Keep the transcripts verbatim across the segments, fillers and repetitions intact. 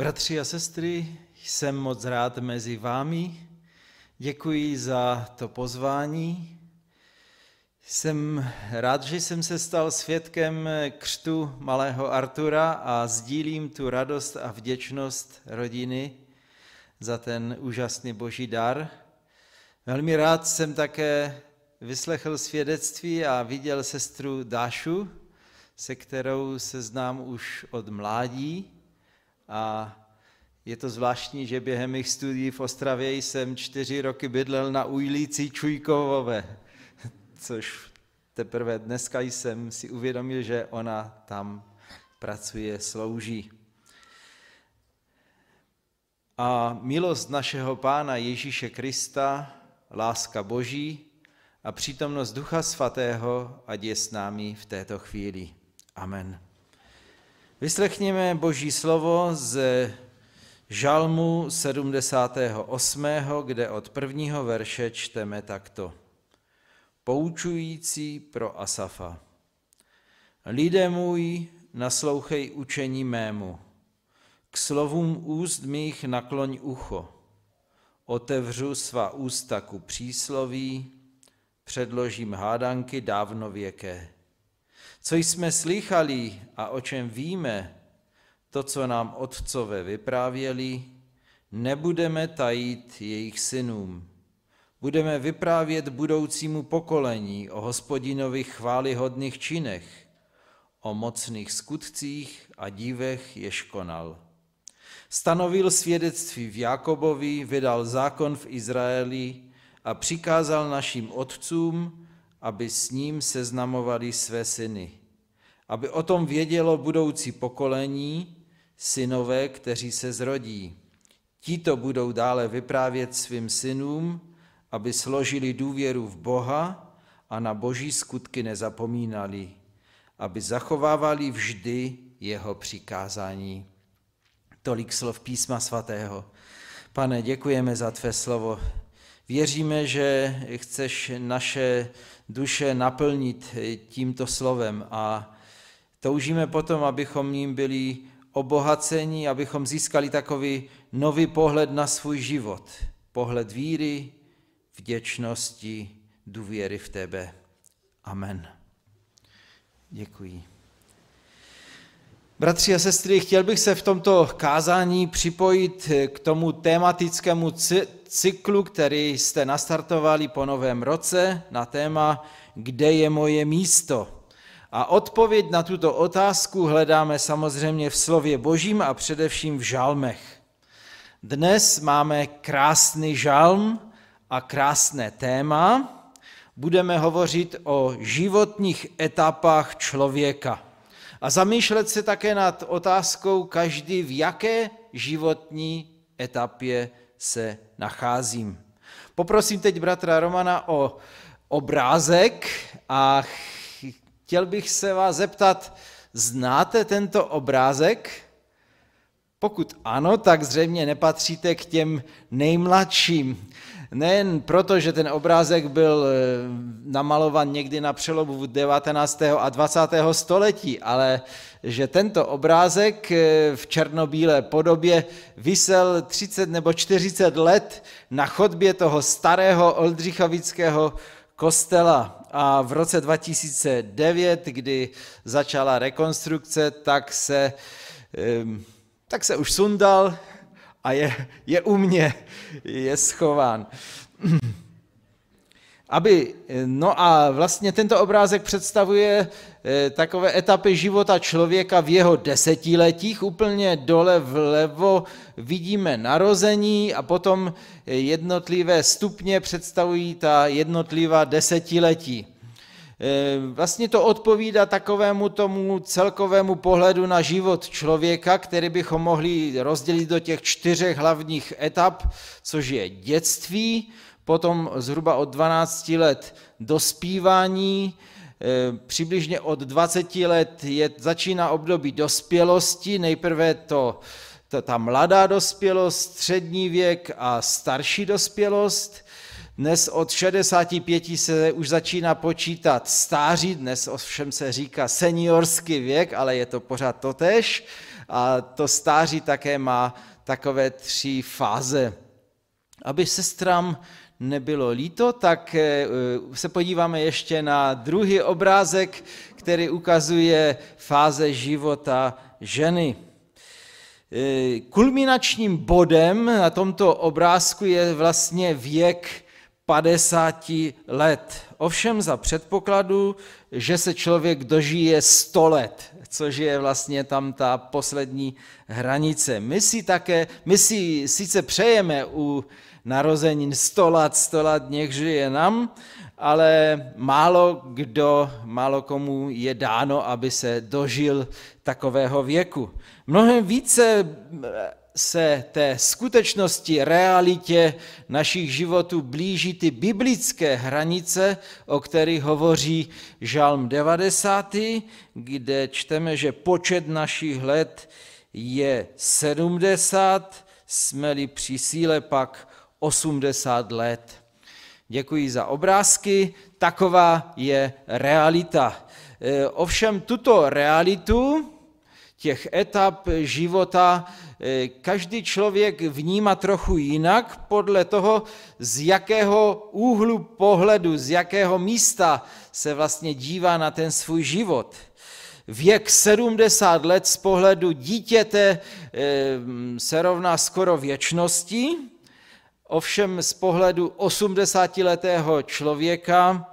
Bratři a sestry, jsem moc rád mezi vámi. Děkuji za to pozvání. Jsem rád, že jsem se stal svědkem křtu malého Artura a sdílím tu radost a vděčnost rodiny za ten úžasný boží dar. Velmi rád jsem také vyslechl svědectví a viděl sestru Dášu, se kterou se znám už od mládí. A je to zvláštní, že během mých studií v Ostravě jsem čtyři roky bydlel na ulici Čujkovové, což teprve dneska jsem si uvědomil, že ona tam pracuje, slouží. A milost našeho Pána Ježíše Krista, láska Boží a přítomnost Ducha Svatého, ať je s námi v této chvíli. Amen. Vyslechněme Boží slovo z Žalmu sedmdesátého osmého, kde od prvního verše čteme takto. Poučující pro Asafa. Lidé můj, naslouchej učení mému. K slovům úst mých nakloň ucho. Otevřu svá ústa ku přísloví, předložím hádanky dávnověké. Co jsme slýchali a o čem víme, to, co nám otcové vyprávěli, nebudeme tajit jejich synům. Budeme vyprávět budoucímu pokolení o Hospodinových chvályhodných činech, o mocných skutcích a divech, jež konal. Stanovil svědectví v Jakobovi, vydal zákon v Izraeli a přikázal našim otcům, aby s ním seznamovali své syny. Aby o tom vědělo budoucí pokolení, synové, kteří se zrodí. Tito budou dále vyprávět svým synům, aby složili důvěru v Boha a na boží skutky nezapomínali, aby zachovávali vždy jeho přikázání. Tolik slov písma svatého. Pane, děkujeme za tvé slovo. Věříme, že chceš naše duše naplnit tímto slovem a toužíme potom, abychom ním byli obohaceni, abychom získali takový nový pohled na svůj život. Pohled víry, vděčnosti, důvěry v tebe. Amen. Děkuji. Bratři a sestry, chtěl bych se v tomto kázání připojit k tomu tematickému cyklu, který jste nastartovali po novém roce na téma Kde je moje místo? A odpověď na tuto otázku hledáme samozřejmě v slově Božím a především v žalmech. Dnes máme krásný žalm a krásné téma. Budeme hovořit o životních etapách člověka. A zamýšlet se také nad otázkou každý, v jaké životní etapě se nacházím. Poprosím teď bratra Romana o obrázek a chtěl bych se vás zeptat, znáte tento obrázek? Pokud ano, tak zřejmě nepatříte k těm nejmladším. Nejen proto, že ten obrázek byl namalovan někdy na přelomu devatenáctého a dvacátého století, ale že tento obrázek v černobílé podobě visel třicet nebo čtyřicet let na chodbě toho starého oldřichovického kostela. A v roce dva tisíce devět, kdy začala rekonstrukce, tak se, tak se už sundal a je, je u mě, je schován. Aby, no a vlastně tento obrázek představuje takové etapy života člověka v jeho desetiletích. Úplně dole vlevo vidíme narození a potom jednotlivé stupně představují ta jednotlivá desetiletí. Vlastně to odpovídá takovému tomu celkovému pohledu na život člověka, který bychom mohli rozdělit do těch čtyřech hlavních etap, což je dětství, potom zhruba od dvanácti let dospívání, přibližně od dvaceti let je, začíná období dospělosti, nejprve to, to ta mladá dospělost, střední věk a starší dospělost. Dnes od šedesáti pěti se už začíná počítat stáří, dnes ovšem se říká seniorský věk, ale je to pořád totéž. a to stáří také má takové tři fáze. Aby sestrám nebylo líto, tak se podíváme ještě na druhý obrázek, který ukazuje fáze života ženy. Kulminačním bodem na tomto obrázku je vlastně věk padesáti let. Ovšem za předpokladu, že se člověk dožije sto let, což je vlastně tam ta poslední hranice. My si také, my si sice přejeme u narozenin sto let, sto let nech žije nám, ale málo kdo, málo komu je dáno, aby se dožil takového věku. Mnohem více se té skutečnosti, realitě našich životů blíží ty biblické hranice, o kterých hovoří Žalm devadesátý, kde čteme, že počet našich let je sedmdesát, jsme-li při síle pak osmdesát let. Děkuji za obrázky, taková je realita. Ovšem tuto realitu těch etap života každý člověk vnímá trochu jinak podle toho, z jakého úhlu pohledu, z jakého místa se vlastně dívá na ten svůj život. Věk sedmdesát let z pohledu dítěte se rovná skoro věčnosti, ovšem z pohledu osmdesátiletého člověka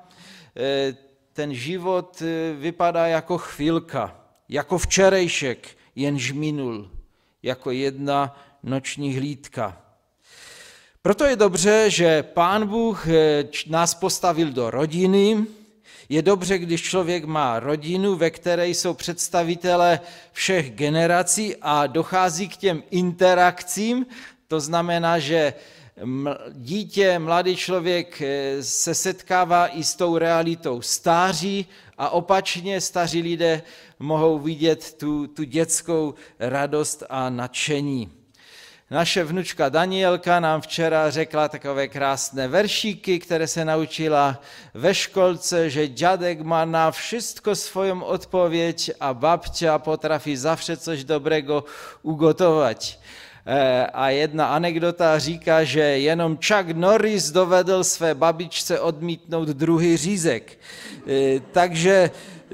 ten život vypadá jako chvilka, jako včerejšek, jenž minul, jako jedna noční hlídka. Proto je dobře, že Pán Bůh nás postavil do rodiny. Je dobře, když člověk má rodinu, ve které jsou představitelé všech generací a dochází k těm interakcím. To znamená, že dítě, mladý člověk se setkává i s tou realitou stáří a opačně staří lidé mohou vidět tu, tu dětskou radost a nadšení. Naše vnučka Danielka nám včera řekla takové krásné veršíky, které se naučila ve školce, že dědek má na všechno svojom odpověď a babča potrafi zawsze coś dobrego ugotować. A jedna anekdota říká, že jenom Chuck Norris dovedl své babičce odmítnout druhý řízek. Takže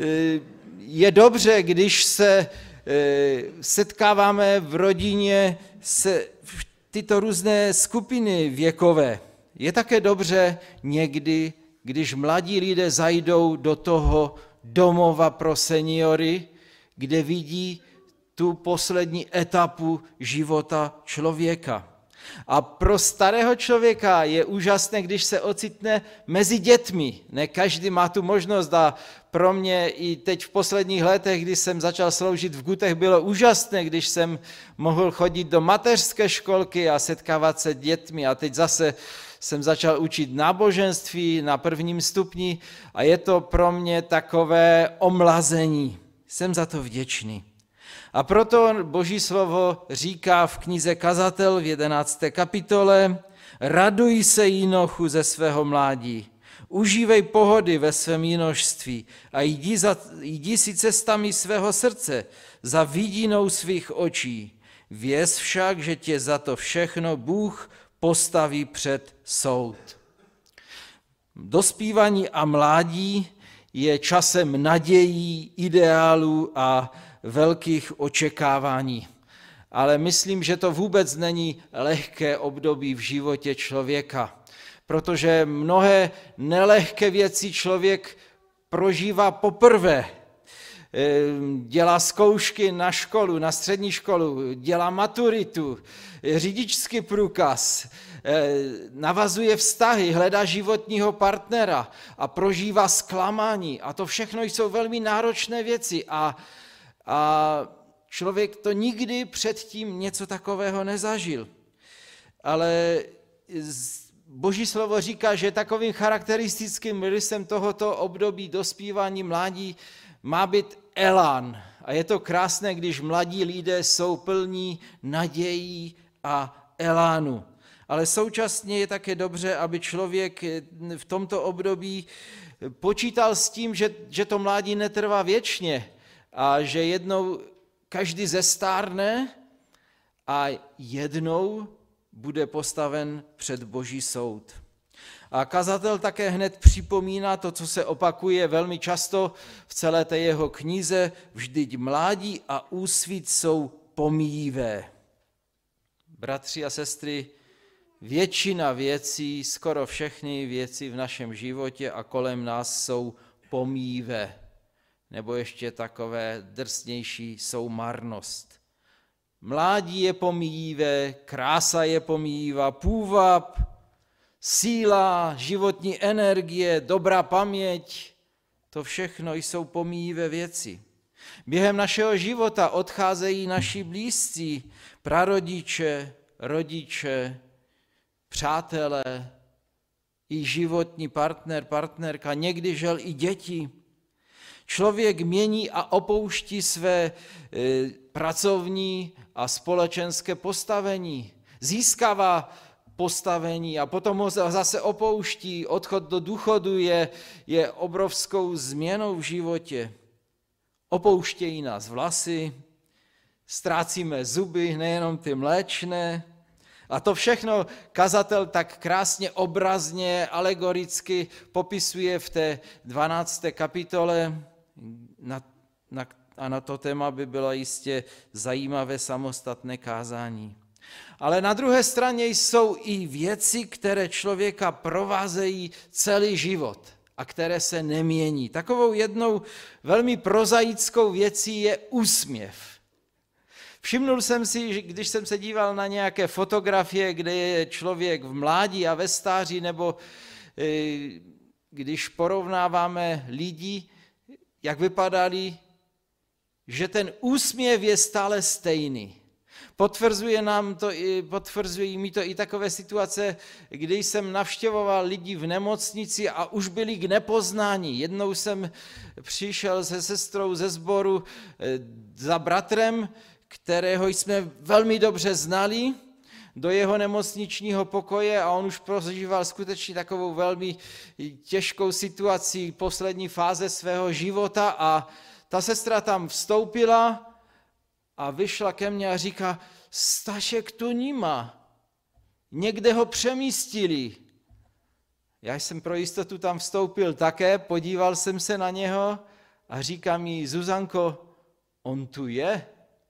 je dobře, když se setkáváme v rodině se tyto různé skupiny věkové. Je také dobře někdy, když mladí lidé zajdou do toho domova pro seniory, kde vidí tu poslední etapu života člověka. A pro starého člověka je úžasné, když se ocitne mezi dětmi. Ne každý má tu možnost a pro mě i teď v posledních letech, když jsem začal sloužit v Gutech, bylo úžasné, když jsem mohl chodit do mateřské školky a setkávat se s dětmi. A teď zase jsem začal učit náboženství na prvním stupni a je to pro mě takové omlazení. Jsem za to vděčný. A proto Boží slovo říká v knize Kazatel v jedenácté kapitole: raduj se, jinochu, ze svého mládí, užívej pohody ve svém jinožství a jdi, za, jdi si cestami svého srdce, za vidinou svých očí. Věz však, že tě za to všechno Bůh postaví před soud. Dospívání a mládí je časem nadějí, ideálů a velkých očekávání. Ale myslím, že to vůbec není lehké období v životě člověka, protože mnohé nelehké věci člověk prožívá poprvé. Dělá zkoušky na školu, na střední školu, dělá maturitu, řidičský průkaz, navazuje vztahy, hledá životního partnera a prožívá zklamání. A to všechno jsou velmi náročné věci a A člověk to nikdy předtím něco takového nezažil. Ale Boží slovo říká, že takovým charakteristickým rysem tohoto období dospívání mládí má být elán. A je to krásné, když mladí lidé jsou plní nadějí a elánu. Ale současně je také dobře, aby člověk v tomto období počítal s tím, že, že to mládí netrvá věčně, a že jednou každý zestárne a jednou bude postaven před Boží soud. A kazatel také hned připomíná to, co se opakuje velmi často v celé té jeho knize, vždyť mládí a úsvit jsou pomíjivé. Bratři a sestry, většina věcí, skoro všechny věci v našem životě a kolem nás jsou pomíjivé, nebo ještě takové drsnější jsou marnost. Mládí je pomíjivé, krása je pomíjivá, půvab, síla, životní energie, dobrá paměť, to všechno jsou pomíjivé věci. Během našeho života odcházejí naši blízcí, prarodiče, rodiče, přátelé, i životní partner, partnerka, někdy žel i děti. Člověk mění a opouští své e, pracovní a společenské postavení. Získává postavení a potom ho zase opouští. Odchod do důchodu je, je obrovskou změnou v životě. Opouštějí nás vlasy, ztrácíme zuby, nejenom ty mléčné. A to všechno kazatel tak krásně obrazně, alegoricky popisuje v té dvanácté kapitole. Na, na, a na to téma by bylo jistě zajímavé samostatné kázání. Ale na druhé straně jsou i věci, které člověka provázejí celý život a které se nemění. Takovou jednou velmi prozaickou věcí je úsměv. Všimnul jsem si, že když jsem se díval na nějaké fotografie, kde je člověk v mládí a ve stáří, nebo když porovnáváme lidi, jak vypadali, že ten úsměv je stále stejný. Potvrzuje nám to, potvrzují mi to i takové situace, kdy jsem navštěvoval lidi v nemocnici a už byli k nepoznání. Jednou jsem přišel se sestrou ze sboru za bratrem, kterého jsme velmi dobře znali, do jeho nemocničního pokoje a on už prožíval skutečně takovou velmi těžkou situaci poslední fáze svého života a ta sestra tam vstoupila a vyšla ke mně a říká, Stašek tu nima, někde ho přemístili. Já jsem pro jistotu tam vstoupil také, podíval jsem se na něho a říká mi, Zuzanko, on tu je.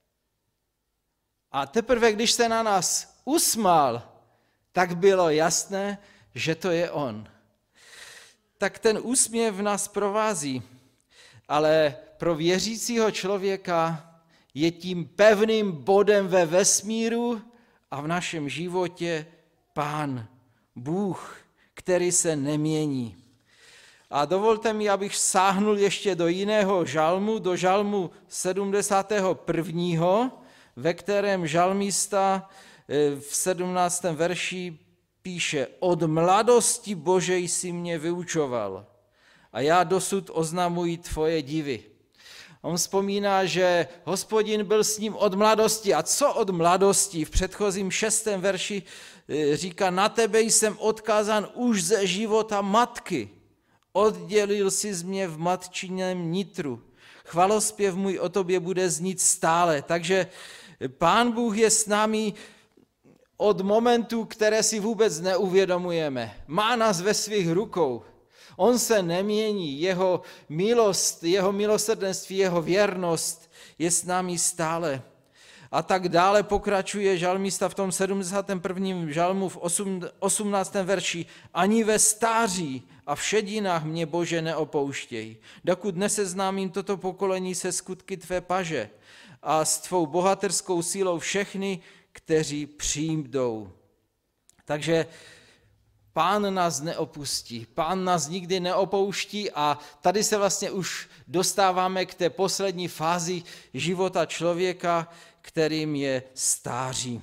A teprve, když se na nás usmál, tak bylo jasné, že to je on. Tak ten úsměv nás provází, ale pro věřícího člověka je tím pevným bodem ve vesmíru a v našem životě Pán, Bůh, který se nemění. A dovolte mi, abych sáhnul ještě do jiného žalmu, do žalmu sedmdesátého prvního, ve kterém žalmista v sedmnáctém verši píše, od mladosti Bože jsi mě vyučoval a já dosud oznamuji tvoje divy. On vzpomíná, že Hospodin byl s ním od mladosti. A co od mladosti? V předchozím šestém verši říká, na tebe jsem odkázán už ze života matky. Oddělil jsi z mě v matčiném nitru. Chvalospěv můj o tobě bude znít stále. Takže Pán Bůh je s námi od momentu, které si vůbec neuvědomujeme. Má nás ve svých rukou. On se nemění, jeho milost, jeho milosrdenství, jeho věrnost je s námi stále. A tak dále pokračuje žalmista v tom sedmdesátém prvním žalmu v osmnáctém verši. Ani ve stáří a v šedinách mě, Bože, neopouštěj, dokud neseznámím toto pokolení se skutky tvé paže a s tvou bohaterskou sílou všechny, kteří přijdou. Takže Pán nás neopustí, Pán nás nikdy neopouští a tady se vlastně už dostáváme k té poslední fázi života člověka, kterým je stáří.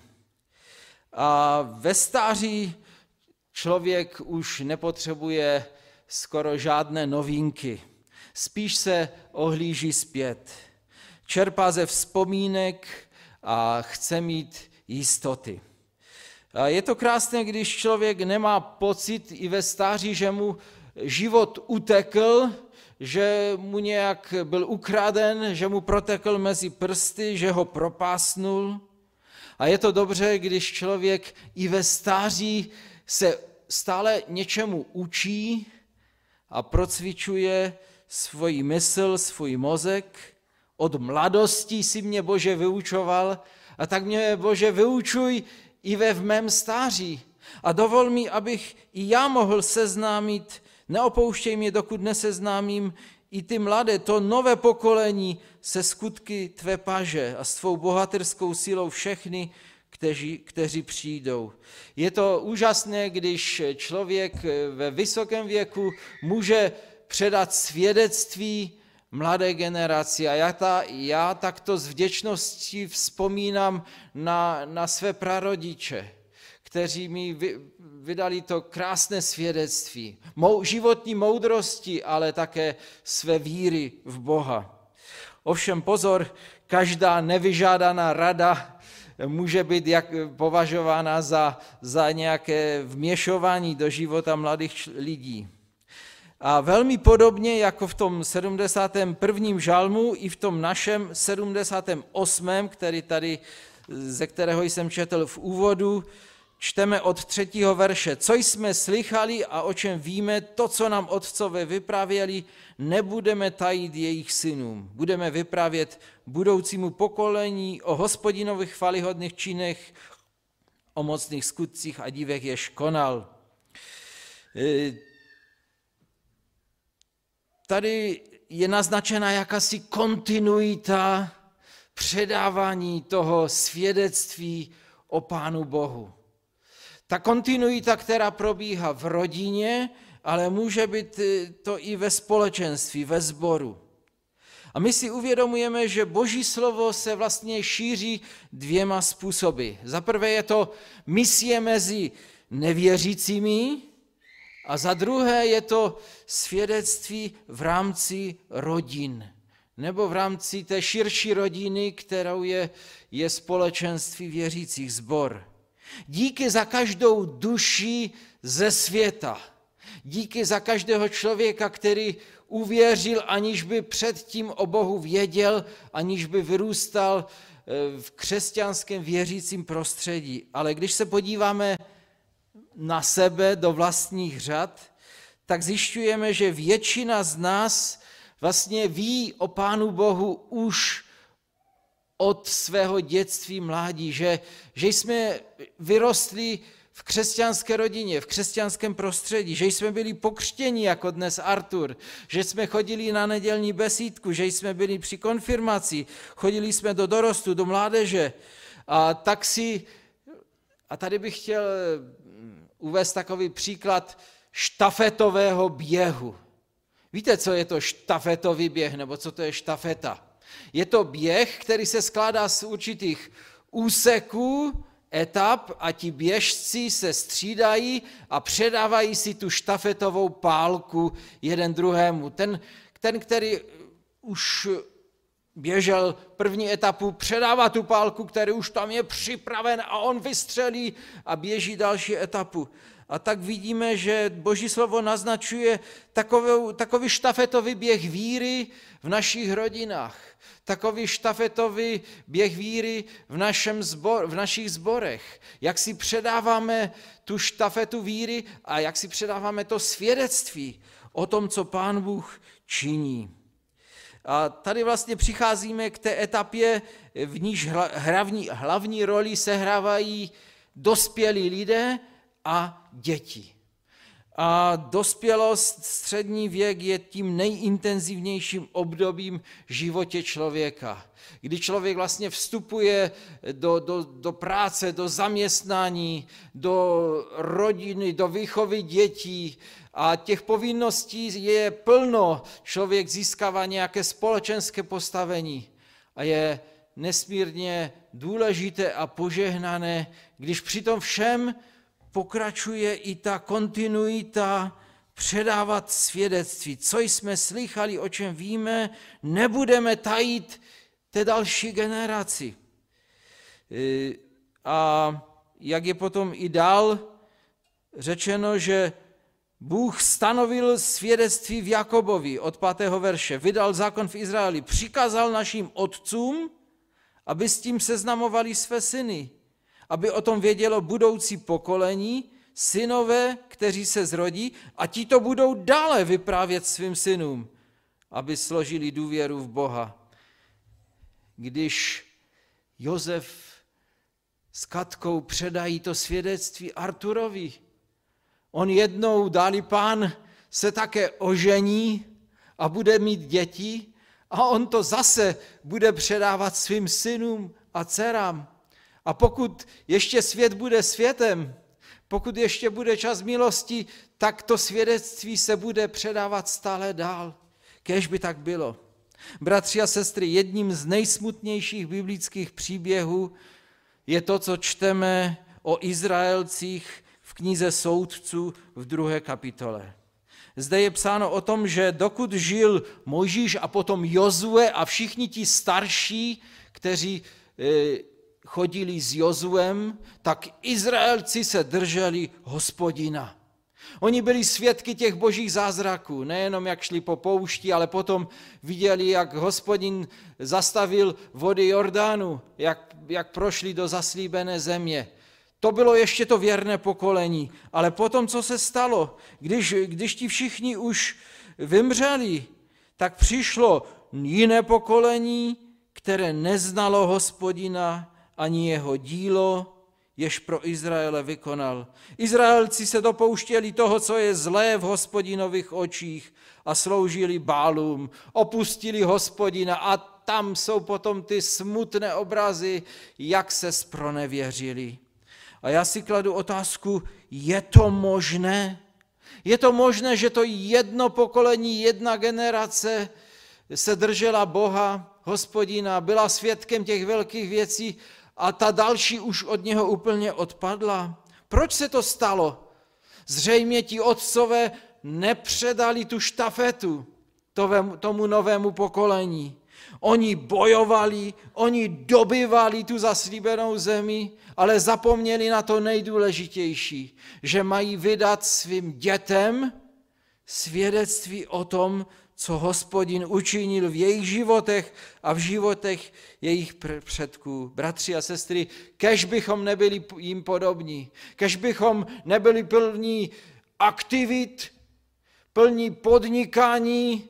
A ve stáří člověk už nepotřebuje skoro žádné novinky, spíš se ohlíží zpět, čerpá ze vzpomínek a chce mít jistoty. Je to krásné, když člověk nemá pocit i ve stáří, že mu život utekl, že mu nějak byl ukraden, že mu protekl mezi prsty, že ho propásnul. A je to dobře, když člověk i ve stáří se stále něčemu učí a procvičuje svoji mysl, svůj mozek. Od mladosti si mě Bože vyučoval a tak mě Bože vyučuj i ve v mém stáří. A dovol mi, abych i já mohl seznámit, neopouštěj mě, dokud neseznámím i ty mladé, to nové pokolení se skutky tvé paže a s tvou bohaterskou silou všechny, kteří, kteří přijdou. Je to úžasné, když člověk ve vysokém věku může předat svědectví mladé generaci. A já, ta, já takto s vděčností vzpomínám na, na své prarodiče, kteří mi vy, vydali to krásné svědectví. Mou, životní moudrosti, ale také své víry v Boha. Ovšem pozor, každá nevyžádaná rada může být jak, považována za, za nějaké vměšování do života mladých lidí. A velmi podobně jako v tom sedmdesátém prvním žalmu, i v tom našem sedmdesátém osmém, který tady, ze kterého jsem četl v úvodu, čteme od třetího verše. Co jsme slychali a o čem víme, to, co nám otcové vyprávěli, nebudeme tajit jejich synům. Budeme vyprávět budoucímu pokolení o Hospodinových chvalihodných činech, o mocných skutcích a divech, jež konal. Tady je naznačena jakási kontinuita předávání toho svědectví o Pánu Bohu. Ta kontinuita, která probíhá v rodině, ale může být to i ve společenství, ve sboru. A my si uvědomujeme, že Boží slovo se vlastně šíří dvěma způsoby. Za prvé je to misie mezi nevěřícími a za druhé je to svědectví v rámci rodin nebo v rámci té širší rodiny, kterou je, je společenství věřících, sbor. Díky za každou duši ze světa. Díky za každého člověka, který uvěřil, aniž by předtím o Bohu věděl, aniž by vyrůstal v křesťanském věřícím prostředí. Ale když se podíváme na sebe do vlastních řad, tak zjišťujeme, že většina z nás vlastně ví o Pánu Bohu už od svého dětství, mládí, že, že jsme vyrostli v křesťanské rodině, v křesťanském prostředí, že jsme byli pokřtěni jako dnes Artur, že jsme chodili na nedělní besídku, že jsme byli při konfirmaci, chodili jsme do dorostu, do mládeže. A tak si, a tady bych chtěl uvést takový příklad štafetového běhu. Víte, co je to štafetový běh, nebo co to je štafeta? Je to běh, který se skládá z určitých úseků, etap a ti běžci se střídají a předávají si tu štafetovou pálku jeden druhému. Ten, ten který už běžel první etapu, předává tu pálku, který už tam je připraven a on vystřelí a běží další etapu. A tak vidíme, že Boží slovo naznačuje takový, takový štafetový běh víry v našich rodinách. Takový štafetový běh víry v, našem zbor, v našich zborech. Jak si předáváme tu štafetu víry a jak si předáváme to svědectví o tom, co Pán Bůh činí. A tady vlastně přicházíme k té etapě, v níž hlavní, hlavní roli sehrávají dospělí lidé a děti. A dospělost, střední věk je tím nejintenzivnějším obdobím v životě člověka, kdy člověk vlastně vstupuje do, do, do práce, do zaměstnání, do rodiny, do výchovy dětí a těch povinností je plno. Člověk získává nějaké společenské postavení a je nesmírně důležité a požehnané, když při tom všem pokračuje i ta kontinuita předávat svědectví. Co jsme slychali, o čem víme, nebudeme tajit té další generaci. A jak je potom i dál řečeno, že Bůh stanovil svědectví v Jakobovi od pátého verše, vydal zákon v Izraeli, přikázal našim otcům, aby s tím seznamovali své syny, aby o tom vědělo budoucí pokolení, synové, kteří se zrodí, a ti to budou dále vyprávět svým synům, aby složili důvěru v Boha. Když Josef s Katkou předají to svědectví Arturovi, on jednou, dá-li Pán, se také ožení a bude mít děti a on to zase bude předávat svým synům a dcerám. A pokud ještě svět bude světem, pokud ještě bude čas milosti, tak to svědectví se bude předávat stále dál. Kéž by tak bylo. Bratři a sestry, jedním z nejsmutnějších biblických příběhů je to, co čteme o Izraelcích v knize Soudců v druhé kapitole. Zde je psáno o tom, že dokud žil Mojžíš a potom Jozue a všichni ti starší, kteří chodili s Jozuem, tak Izraelci se drželi Hospodina. Oni byli svědky těch božích zázraků, nejenom jak šli po poušti, ale potom viděli, jak Hospodin zastavil vody Jordánu, jak, jak prošli do zaslíbené země. To bylo ještě to věrné pokolení, ale potom, co se stalo, když, když ti všichni už vymřeli, tak přišlo jiné pokolení, které neznalo Hospodina ani jeho dílo, jež pro Izraele vykonal. Izraelci se dopouštěli toho, co je zlé v Hospodinových očích a sloužili Bálům, opustili Hospodina a tam jsou potom ty smutné obrazy, jak se zpronevěřili. A já si kladu otázku, je to možné? Je to možné, že to jedno pokolení, jedna generace se držela Boha, Hospodina, byla svědkem těch velkých věcí a ta další už od něho úplně odpadla? Proč se to stalo? Zřejmě ti otcové nepředali tu štafetu tomu novému pokolení. Oni bojovali, oni dobývali tu zaslíbenou zemi, ale zapomněli na to nejdůležitější, že mají vydat svým dětem svědectví o tom, co Hospodin učinil v jejich životech a v životech jejich předků. Bratři a sestry, kéž bychom nebyli jim podobní, kéž bychom nebyli plní aktivit, plní podnikání,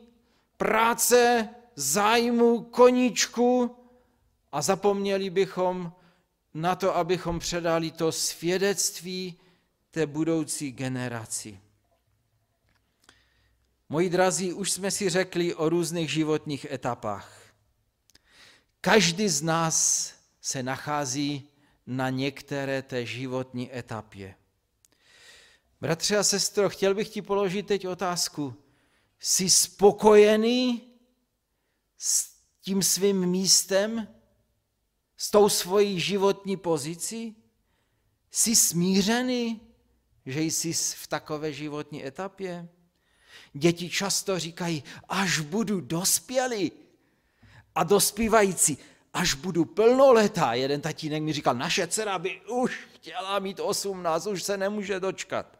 práce, zájmu, koníčku a zapomněli bychom na to, abychom předali to svědectví té budoucí generaci. Moji drazí, už jsme si řekli o různých životních etapách. Každý z nás se nachází na některé té životní etapě. Bratře a sestro, chtěl bych ti položit teď otázku. Jsi spokojený s tím svým místem, s tou svojí životní pozicí? Jsi smířený, že jsi v takové životní etapě? Děti často říkají, až budu dospělý. A dospívající, až budu plnoletá. Jeden tatínek mi říkal, naše dcera by už chtěla mít osmnáct, už se nemůže dočkat.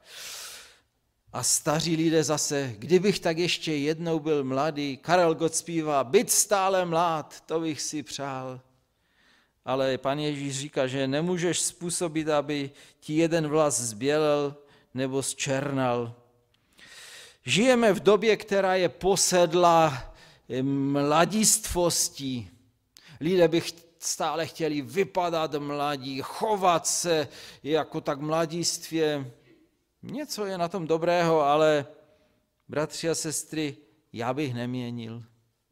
A staří lidé zase, kdybych tak ještě jednou byl mladý, Karel Gott zpívá, být stále mlád, to bych si přál. Ale Pan Ježíš říká, že nemůžeš způsobit, aby ti jeden vlas zbělel nebo zčernal. Žijeme v době, která je posedla mladistvostí. Lidé by stále chtěli vypadat mladí, chovat se jako tak mladistvě. Něco je na tom dobrého, ale bratři a sestry, já bych neměnil.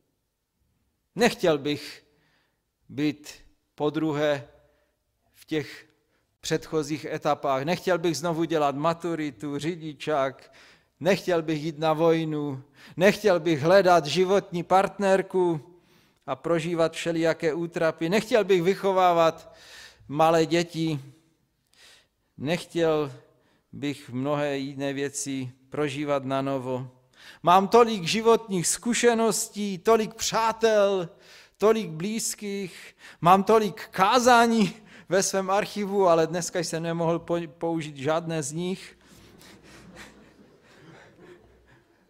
Nechtěl bych být podruhé v těch předchozích etapách. Nechtěl bych znovu dělat maturitu, řidičák, nechtěl bych jít na vojnu, nechtěl bych hledat životní partnerku a prožívat všelijaké útrapy, nechtěl bych vychovávat malé děti, nechtěl bych mnohé jiné věci prožívat na novo. Mám tolik životních zkušeností, tolik přátel, tolik blízkých, mám tolik kázání ve svém archivu, ale dneska jsem nemohl použít žádné z nich.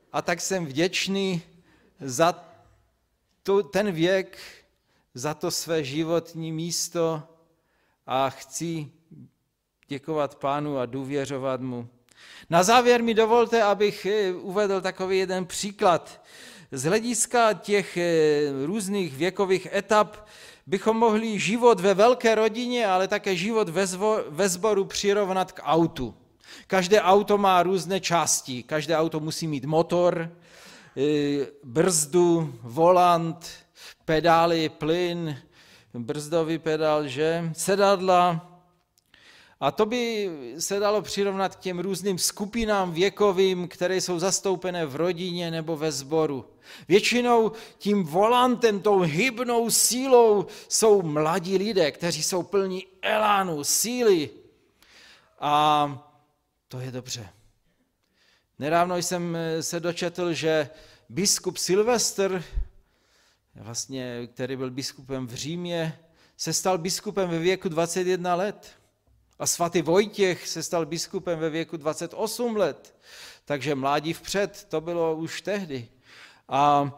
A tak jsem vděčný za tu, ten věk, za to své životní místo a chci děkovat Pánu a důvěřovat mu. Na závěr mi dovolte, abych uvedl takový jeden příklad. Z hlediska těch různých věkových etap bychom mohli život ve velké rodině, ale také život ve sboru přirovnat k autu. Každé auto má různé části. Každé auto musí mít motor, brzdu, volant, pedály, plyn, brzdový pedál, že? Sedadla. A to by se dalo přirovnat k těm různým skupinám věkovým, které jsou zastoupené v rodině nebo ve sboru. Většinou tím volantem, tou hybnou sílou jsou mladí lidé, kteří jsou plní elánu, síly. A to je dobře. Nedávno jsem se dočetl, že biskup Silvestr, vlastně, který byl biskupem v Římě, se stal biskupem ve věku dvacet jedna let. A svatý Vojtěch se stal biskupem ve věku dvacet osm let. Takže mládí vpřed, to bylo už tehdy. A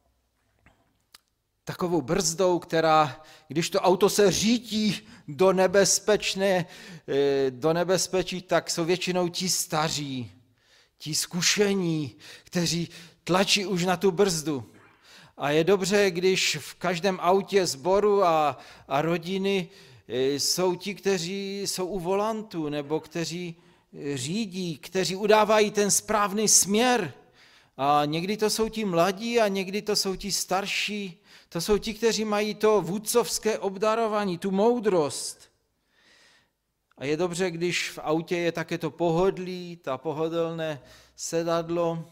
takovou brzdou, která, když to auto se řítí do nebezpečné, do nebezpečí, tak jsou většinou ti staří, ti zkušení, kteří tlačí už na tu brzdu. A je dobře, když v každém autě sboru a, a rodiny jsou ti, kteří jsou u volantu, nebo kteří řídí, kteří udávají ten správný směr. A někdy to jsou ti mladí a někdy to jsou ti starší. To jsou ti, kteří mají to vůdcovské obdarování, tu moudrost. A je dobře, když v autě je také to pohodlí, ta pohodlné sedadlo.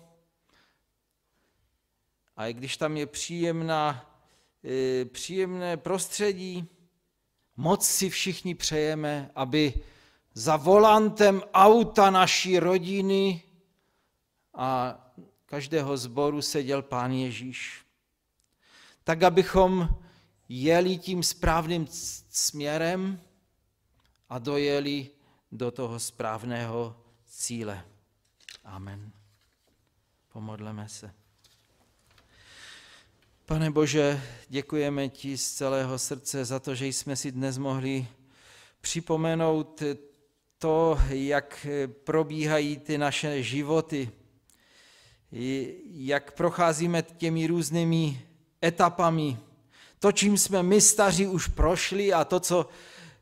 A i když tam je příjemná, příjemné prostředí, moc si všichni přejeme, aby za volantem auta naší rodiny a každého sboru seděl Pán Ježíš. Tak, abychom jeli tím správným směrem a dojeli do toho správného cíle. Amen. Pomodleme se. Pane Bože, děkujeme ti z celého srdce za to, že jsme si dnes mohli připomenout to, jak probíhají ty naše životy, jak procházíme těmi různými etapami, to, čím jsme my staří už prošli a to, co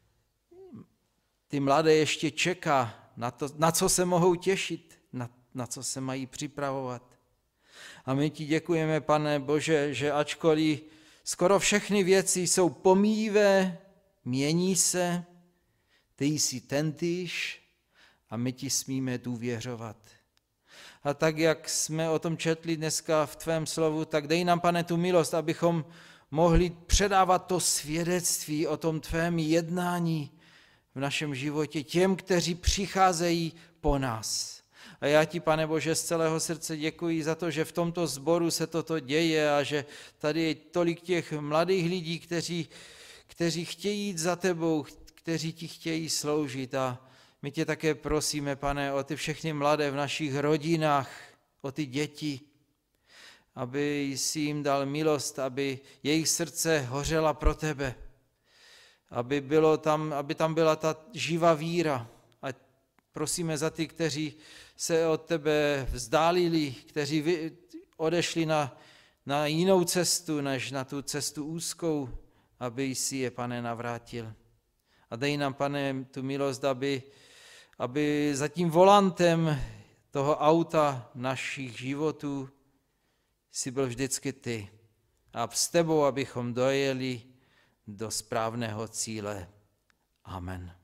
ty mladé ještě čeká, na, to, na co se mohou těšit, na, na co se mají připravovat. A my ti děkujeme, Pane Bože, že ačkoliv skoro všechny věci jsou pomíjivé, mění se, ty jsi tentýž a my ti smíme důvěřovat. A tak, jak jsme o tom četli dneska v tvém slovu, tak dej nám, Pane, tu milost, abychom mohli předávat to svědectví o tom tvém jednání v našem životě těm, kteří přicházejí po nás. A já ti, Pane Bože, z celého srdce děkuji za to, že v tomto sboru se toto děje a že tady je tolik těch mladých lidí, kteří, kteří chtějí jít za tebou, kteří ti chtějí sloužit. A my tě také prosíme, Pane, o ty všechny mladé v našich rodinách, o ty děti, aby jsi jim dal milost, aby jejich srdce hořela pro tebe, aby, bylo tam, aby tam byla ta živá víra. A prosíme za ty, kteří se od tebe vzdálili, kteří odešli na, na jinou cestu, než na tu cestu úzkou, aby jsi je, Pane, navrátil. A dej nám, Pane, tu milost, aby, aby za tím volantem toho auta našich životů jsi byl vždycky ty. A s tebou, abychom dojeli do správného cíle. Amen.